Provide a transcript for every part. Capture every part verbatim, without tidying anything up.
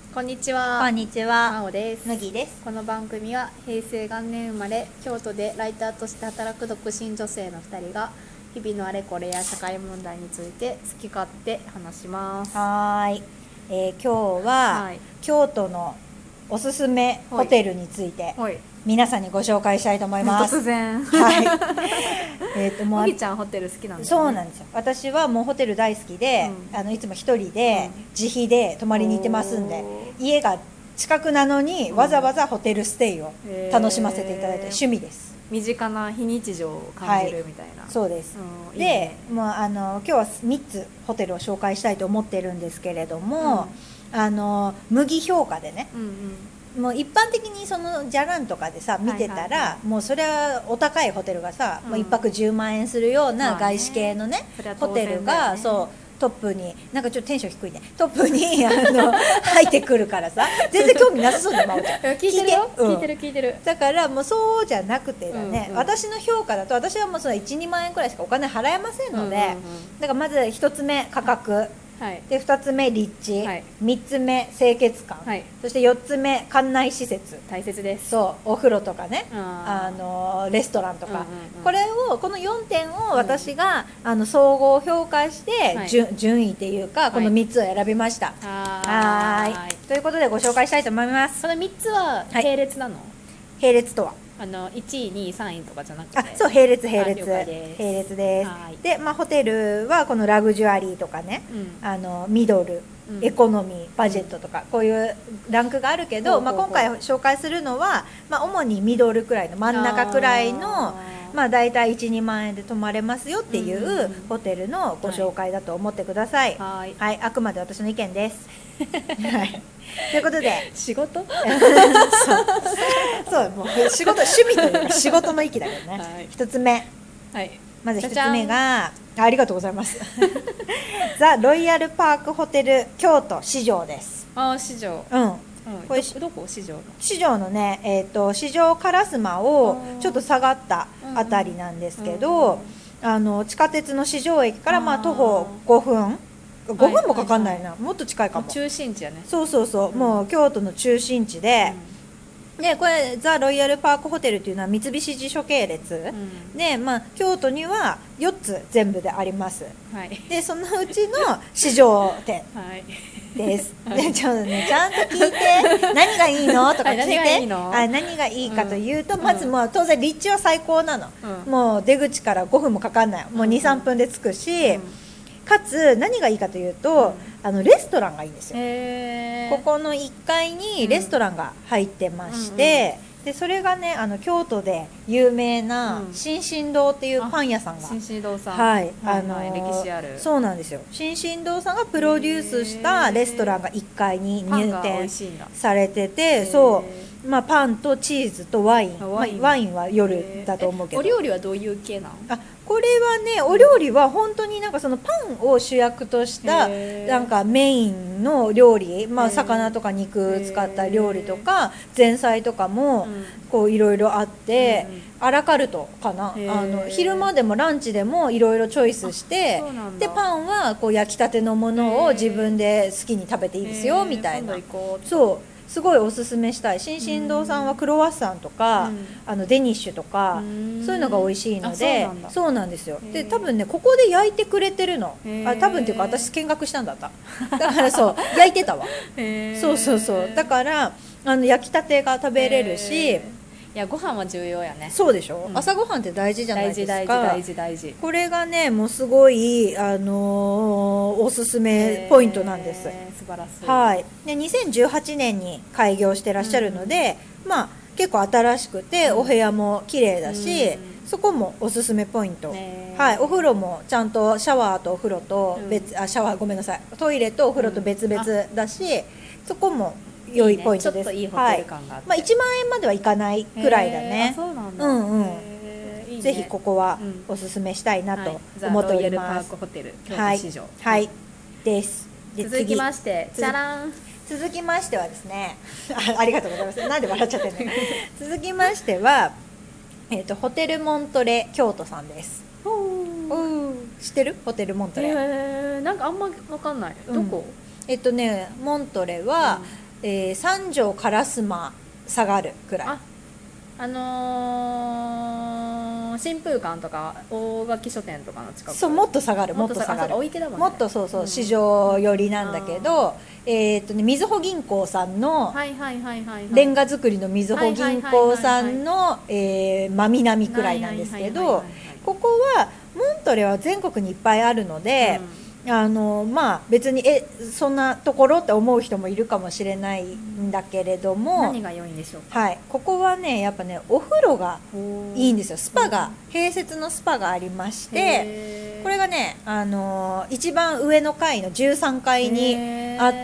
こんにちは。 こんにちは。 まおです。 麦です。 この番組は平成元年生まれ、京都でライターとして働く独身女性のふたりが日々のあれこれや社会問題について好き勝手話します。 はーい、えー、今日は、はい、京都のおすすめホテルについて皆さんにご紹介したいと思います。 突然。 はい。えっともう麦ちゃんホテル好きなんですね。そうなんですよ。私はもうホテル大好きで、うん、あのいつも一人で、うん、自費で泊まりに行ってますんで、家が近くなのに、うん、わざわざホテルステイを楽しませていただいて、趣味です。 身近な非日常を感じるみたいな、 はい、そうです、うん、で、いいね、もうあの今日はみっつホテルを紹介したいと思ってるんですけれども、うん、あの麦評価でね、うんうん、もう一般的にそのじゃらんとかでさ見てたら、はいはいはい、もうそれはお高いホテルがさ、うん、もういっぱくじゅうまんえんするような外資系のね、まあね、ホテルが、ね、そうトップになんかちょっとテンション低いねトップにあの入ってくるからさ全然興味なさそうだ真央ちゃん聞いてるよ、うん、聞いてる聞いてる。 だからもうそうじゃなくてだね、うんうん、私の評価だと私はもうそのいちにまんえんくらいしかお金払えませんので、うんうんうん、だからまずひとつめ価格、はい、でふたつめ立地、はい、みっつめ清潔感、はい、そしてよっつめ館内施設大切です。 そうお風呂とかね、あのレストランとか、うんうんうん、これをこのよんてんを私が、うん、あの総合評価して、はい、順, 順位っていうかこのみっつを選びました。はい、はいということでご紹介したいと思います。 そのみっつは並列なの？はい、 並列とはあのいちいにいさんいとかじゃなくて、あそう並列並列並列です。で、まあ、ホテルはこのラグジュアリーとかね、うん、あのミドル、うん、エコノミーバジェットとか、うん、こういうランクがあるけど、まあ、今回紹介するのは、まあ、主にミドルくらいの真ん中くらいのまあ、大体いちにまんえんで泊まれますよっていうホテルのご紹介だと思ってください。はい、はい、あくまで私の意見です。はい、ということで仕事そうそうもう仕事趣味というか仕事の域だよね。はい、ひとつめ、はい、まずひとつめが あ, ありがとうございますザ・ロイヤルパークホテル京都四条です。 あ四条、 うんこれ ど, どこ四条の四条のね、えー、と四条烏丸をちょっと下がったあたりなんですけど、あの地下鉄の四条駅からまあ徒歩ごふんごふんもかかんないな、はいはいはい、もっと近いかも。 中心地やね。 そうそうそう、うん、もう京都の中心地で、うん、でこれザ・ロイヤルパークホテルっていうのは三菱地所系列、うん、で、まあ、京都にはよっつ全部であります、はい、でそのうちの四条店、はいです、はい、でちょっとねちゃんと聞いて何がいいのとか聞いて、はい、何がいいの？あ何がいいかというと、うん、まずもう当然立地は最高なの、うん、もう出口からごふんもかかんない、もう にさんぷんで着くし、うん、かつ何がいいかというと、うん、あのレストランがいいんですよ。ここのいっかいにレストランが入ってまして、うんうんでそれがねあの京都で有名な新進堂っていうパン屋さんが、 うん、新進堂さん、 はいあのーはい、歴史あるそうなんですよ。新進堂さんがプロデュースしたレストランがいっかいに入店されてて、そう、まあ、パンとチーズとワイン、ワイン、まあ、ワインは夜だと思うけど。 お料理はどういう系なの？ あこれはねお料理は本当になんかそのパンを主役としたなんかメインの料理、まあ、魚とか肉使った料理とか前菜とかもこういろいろあって、アラカルトかな、あの昼間でもランチでもいろいろチョイスして、でパンはこう焼きたてのものを自分で好きに食べていいですよみたいな。そうすごいおすすめしたい。新進堂さんはクロワッサンとか、うん、あのデニッシュとかそういうのが美味しいので、そうなんだ、そうなんですよ。で多分ねここで焼いてくれてるの。あ多分っていうか私見学したんだっただからそう焼いてたわ。そうそうそうだからあの焼きたてが食べれるし、 いやご飯は重要やね。 そうでしょ、うん、朝ごはんって大事じゃないですか。 大事大事大事。 これがねもうすごい、あのー、おすすめポイントなんです。 素晴らしい、 はい、でにせんじゅうはちねんに開業してらっしゃるので、うん、まあ結構新しくてお部屋も綺麗だし、うん、そこもおすすめポイント、はい、お風呂もちゃんとシャワーとお風呂と別、うん、あシャワーごめんなさいトイレとお風呂と別々だし、うん、そこも良いポイントです。 いいね、ちょっといいホテル感があって、 はいまあ、いちまんえんまではいかないくらいだね。 そうなんだ、 うんうんいいね、ぜひここはおすすめしたいなと思っております。 ザ・ロイヤルパークホテル京都市場、 はいはい、ですで続きましてじゃらん続きましてはですねあ, ありがとうございます。なんで笑っちゃってんの続きましては、えーと、ホテルモントレ京都さんです。お知ってる？ホテルモントレ、 えー、なんかあんま分かんない。どこ？ うん、えっとねモントレは、 えー、三条烏丸下がるくらい。 ああのー、新風館とか大垣書店とかの近く。 そう、もっと下がる、もっと下がる。 お池だもんね。 もっとそうそう、 うん、 市場寄りなんだけど、えーっとね、みずほ銀行さんの、 はいはいはいはいはい、 レンガ造りのみずほ銀行さんの真南くらいなんですけど、ここはモントレは全国にいっぱいあるので、うん、あのまあ別にえそんなところって思う人もいるかもしれないんだけれども、 何が良いんでしょうか。 はい、ここはねやっぱねお風呂がいいんですよ。スパが、併設のスパがありまして、これがね、あのー、一番上の階のじゅうさんかいにあって、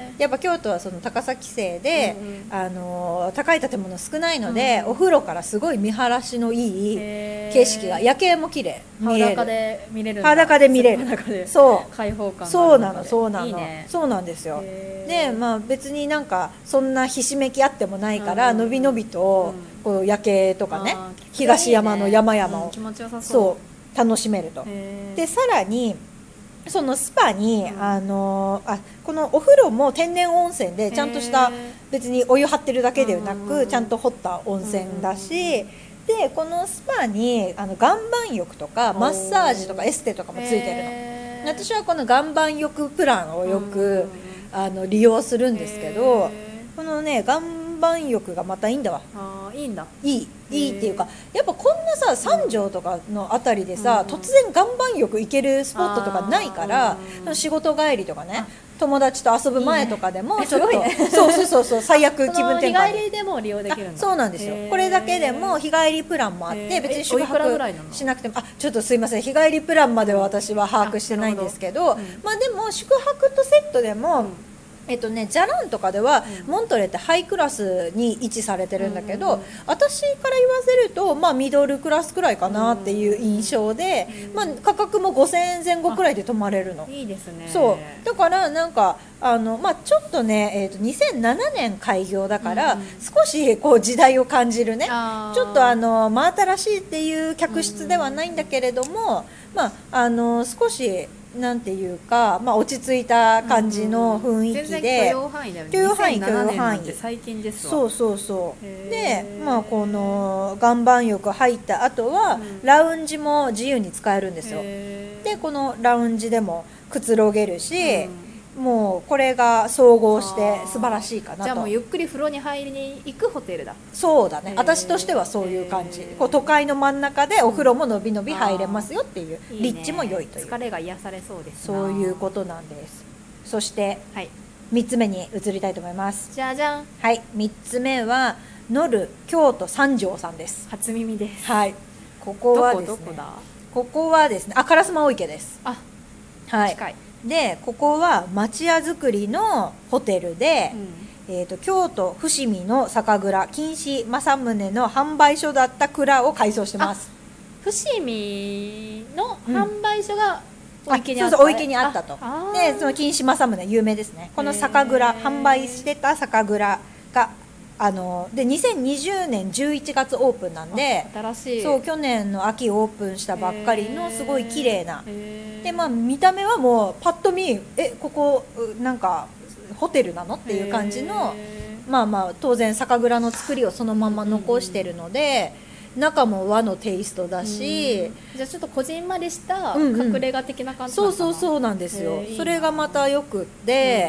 やっぱ京都はその高さ規制で、うんうん、あのー、高い建物少ないので、うん、お風呂からすごい見晴らしのいい景色が、夜景も綺麗見える。 裸で見れるんだ。 裸で見れる。そう開放感そうなのそうなの、 いいね、 そうなんですよ。で、まあ、別になんかそんなひしめきあってもないから、うん、のびのびとこう夜景とかね、東山の山々を、うん、 気持ちよさそう。 そう楽しめると。でさらにそのスパに、うん、あのあこのお風呂も天然温泉でちゃんとした別にお湯張ってるだけではなく、ちゃんと掘った温泉だし、でこのスパにあの岩盤浴とかマッサージとかエステとかもついてるの。私はこの岩盤浴プランをよくあの利用するんですけど、このね岩盤浴がまたいいんだわ。 あいいんだ。 いいいいっていうか、やっぱこんなさ三条とかのあたりでさ、突然岩盤浴行けるスポットとかないから、仕事帰りとかね、友達と遊ぶ前とかでもちょっと、そうそうそうそう最悪気分転換日帰りでも利用できるんだ。 そうなんですよ。これだけでも日帰りプランもあって、別に宿泊しなくても、あちょっとすいません、日帰りプランまでは私は把握してないんですけど、まあでも宿泊とセットでも、えっとね、ジャランとかでは、うん、モントレってハイクラスに位置されてるんだけど、うん、私から言わせると、まあ、ミドルクラスくらいかなっていう印象で、うんまあ、価格もごせんえんぜん後くらいで泊まれるの。 いいですね。 そうだからなんかあの、まあ、ちょっとね、えー、とにせんななねん開業だから、うん、少しこう時代を感じるね、ちょっとあの真新しいっていう客室ではないんだけれども、まあ、あの少しなんていうか、まあ、落ち着いた感じの雰囲気で、 全然許容範囲だよね。 許容範囲、許容範囲。 最近ですわ。 そうそうそうで、まあ、この岩盤浴入った後は、うん、ラウンジも自由に使えるんですよ。でこのラウンジでもくつろげるし、うん、もうこれが総合して素晴らしいかなと。 じゃあもうゆっくり風呂に入りに行くホテルだ。 そうだね、私としてはそういう感じ。こう都会の真ん中でお風呂ものびのび入れますよっていう、うん、立地も良いという、 疲れが癒されそうですな。 そういうことなんです。そして、はい、みっつめに移りたいと思います。 じゃじゃん。 はい、みっつめはノル京都三条さんです。 初耳です。 はい、ここはですね、 どこどこだ。 ここはですね、あ、烏丸大池です。 あ、 はい、 近い。 でここは町屋造りのホテルで、うん、えーと、京都伏見の酒蔵金子正宗の販売所だった蔵を改装してます。 伏見の販売所がお池にあった、 うん、そうそう、お池にあったと。でその金子正宗有名ですね。この酒蔵、販売してた酒蔵があのでにせんにじゅうねんじゅういちがつオープンなんで、 新しい。 そう去年の秋オープンしたばっかりのすごい綺麗なで、まあ、見た目はもうパッと見えここなんかホテルなのっていう感じの、まあまあ当然酒蔵の作りをそのまま残してるので、中も和のテイストだし、 じゃあちょっとこじんまりした隠れ家的な感じなのかな。 そうそうそうなんですよ。それがまたよくって、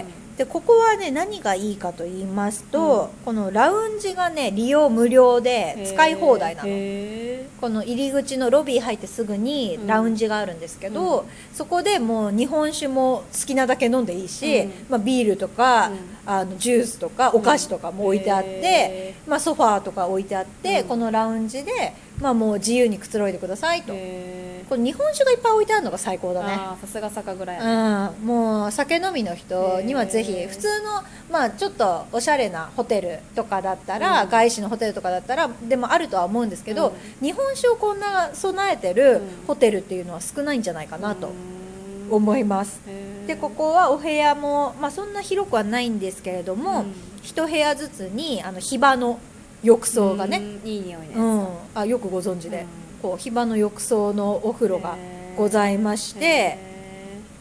うんでここはね何がいいかと言いますと、うん、このラウンジがね利用無料で使い放題なの。この入り口のロビー入ってすぐにラウンジがあるんですけど、うん、そこでもう日本酒も好きなだけ飲んでいいし、うんまあ、ビールとか、うん、あのジュースとかお菓子とかも置いてあって、まあ、ソファーとか置いてあって、うん、このラウンジで、まあ、もう自由にくつろいでくださいと。これ日本酒がいっぱい置いてあるのが最高だね。 あさすが酒蔵やね、 うん、もう酒飲みの人にはぜひ普通の、まあ、ちょっとおしゃれなホテルとかだったら、うん、外資のホテルとかだったらでもあるとは思うんですけど、うん、日本酒をこんな備えてるホテルっていうのは少ないんじゃないかなと思います。でここはお部屋も、まあ、そんな広くはないんですけれども、うん、一部屋ずつにあの火場の浴槽がね、 いい匂いね、 うん、あよくご存知で、うん、こう火場の浴槽のお風呂がございまして、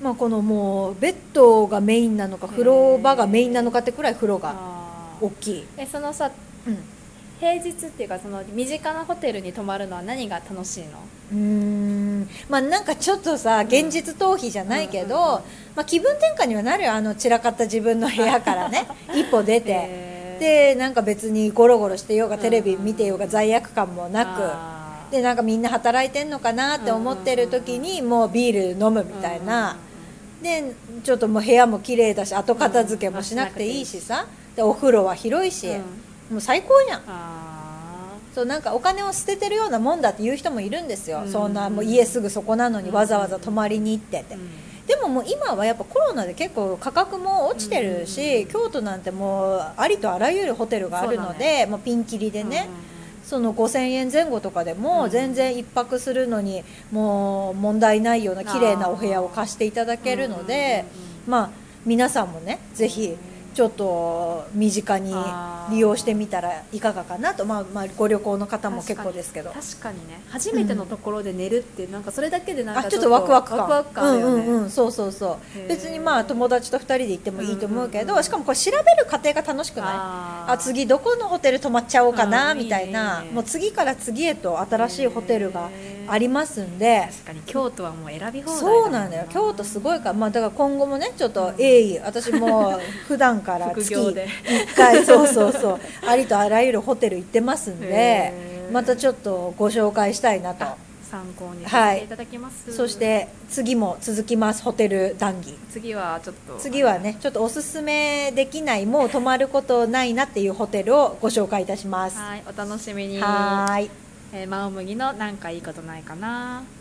まあ、このもうベッドがメインなのか風呂場がメインなのかってくらい風呂があ大きい、 えそのさうん、 平日っていうかその身近なホテルに泊まるのは何が楽しいの？ うーんまあなんかちょっとさ現実逃避じゃないけど、 うんうんうんまあ、気分転換にはなるよ、あの散らかった自分の部屋からね一歩出てへーでなんか別にゴロゴロしてようがテレビ見てようが罪悪感もなく、 あーでなんかみんな働いてんのかなって思ってる時にもうビール飲むみたいな、でちょっともう部屋も綺麗だし後片付けもしなくていいしさ、でお風呂は広いし、 うんもう最高じゃん。 あそうなんかお金を捨ててるようなもんだって言う人もいるんですよ、 うんそんなもう家すぐそこなのにわざわざ泊まりに行ってって、 ーうんでももう今はやっぱコロナで結構価格も落ちてるし、京都なんてもうありとあらゆるホテルがあるのそうだで、もうピンキリでね、そのごせんえんぜん後とかでも全然一泊するのにもう問題ないような綺麗なお部屋を貸していただけるので、まあ皆さんもねぜひちょっと身近に利用してみたらいかがかなと、まあ、まあご旅行の方も結構ですけど、 確かにね初めてのところで寝るってなんかそれだけでなんかあちょっとワクワク感ワクワク感あるよね、 うんうんうん、そうそうそうへー別にまあ友達とふたりで行ってもいいと思うけど、 うんうんうんしかもこれ調べる過程が楽しくない？ あーあ次どこのホテル泊まっちゃおうかなうんみたいないいねもう次から次へと新しいホテルがありますんで、 確かに京都はもう選び放題だもんそうなんだよ京都すごいから、まあ、だから今後もねちょっと鋭意、私も普段から月副業でいっかいそうそうそうありとあらゆるホテル行ってますんでへーまたちょっとご紹介したいなと。 参考にさせていただきます、 そして次も続きますホテル談義。 次はちょっと次はねちょっとおすすめできないもう泊まることないなっていうホテルをご紹介いたします。 はいお楽しみに。 はーいえー、マオムギのなんかいいことないかな。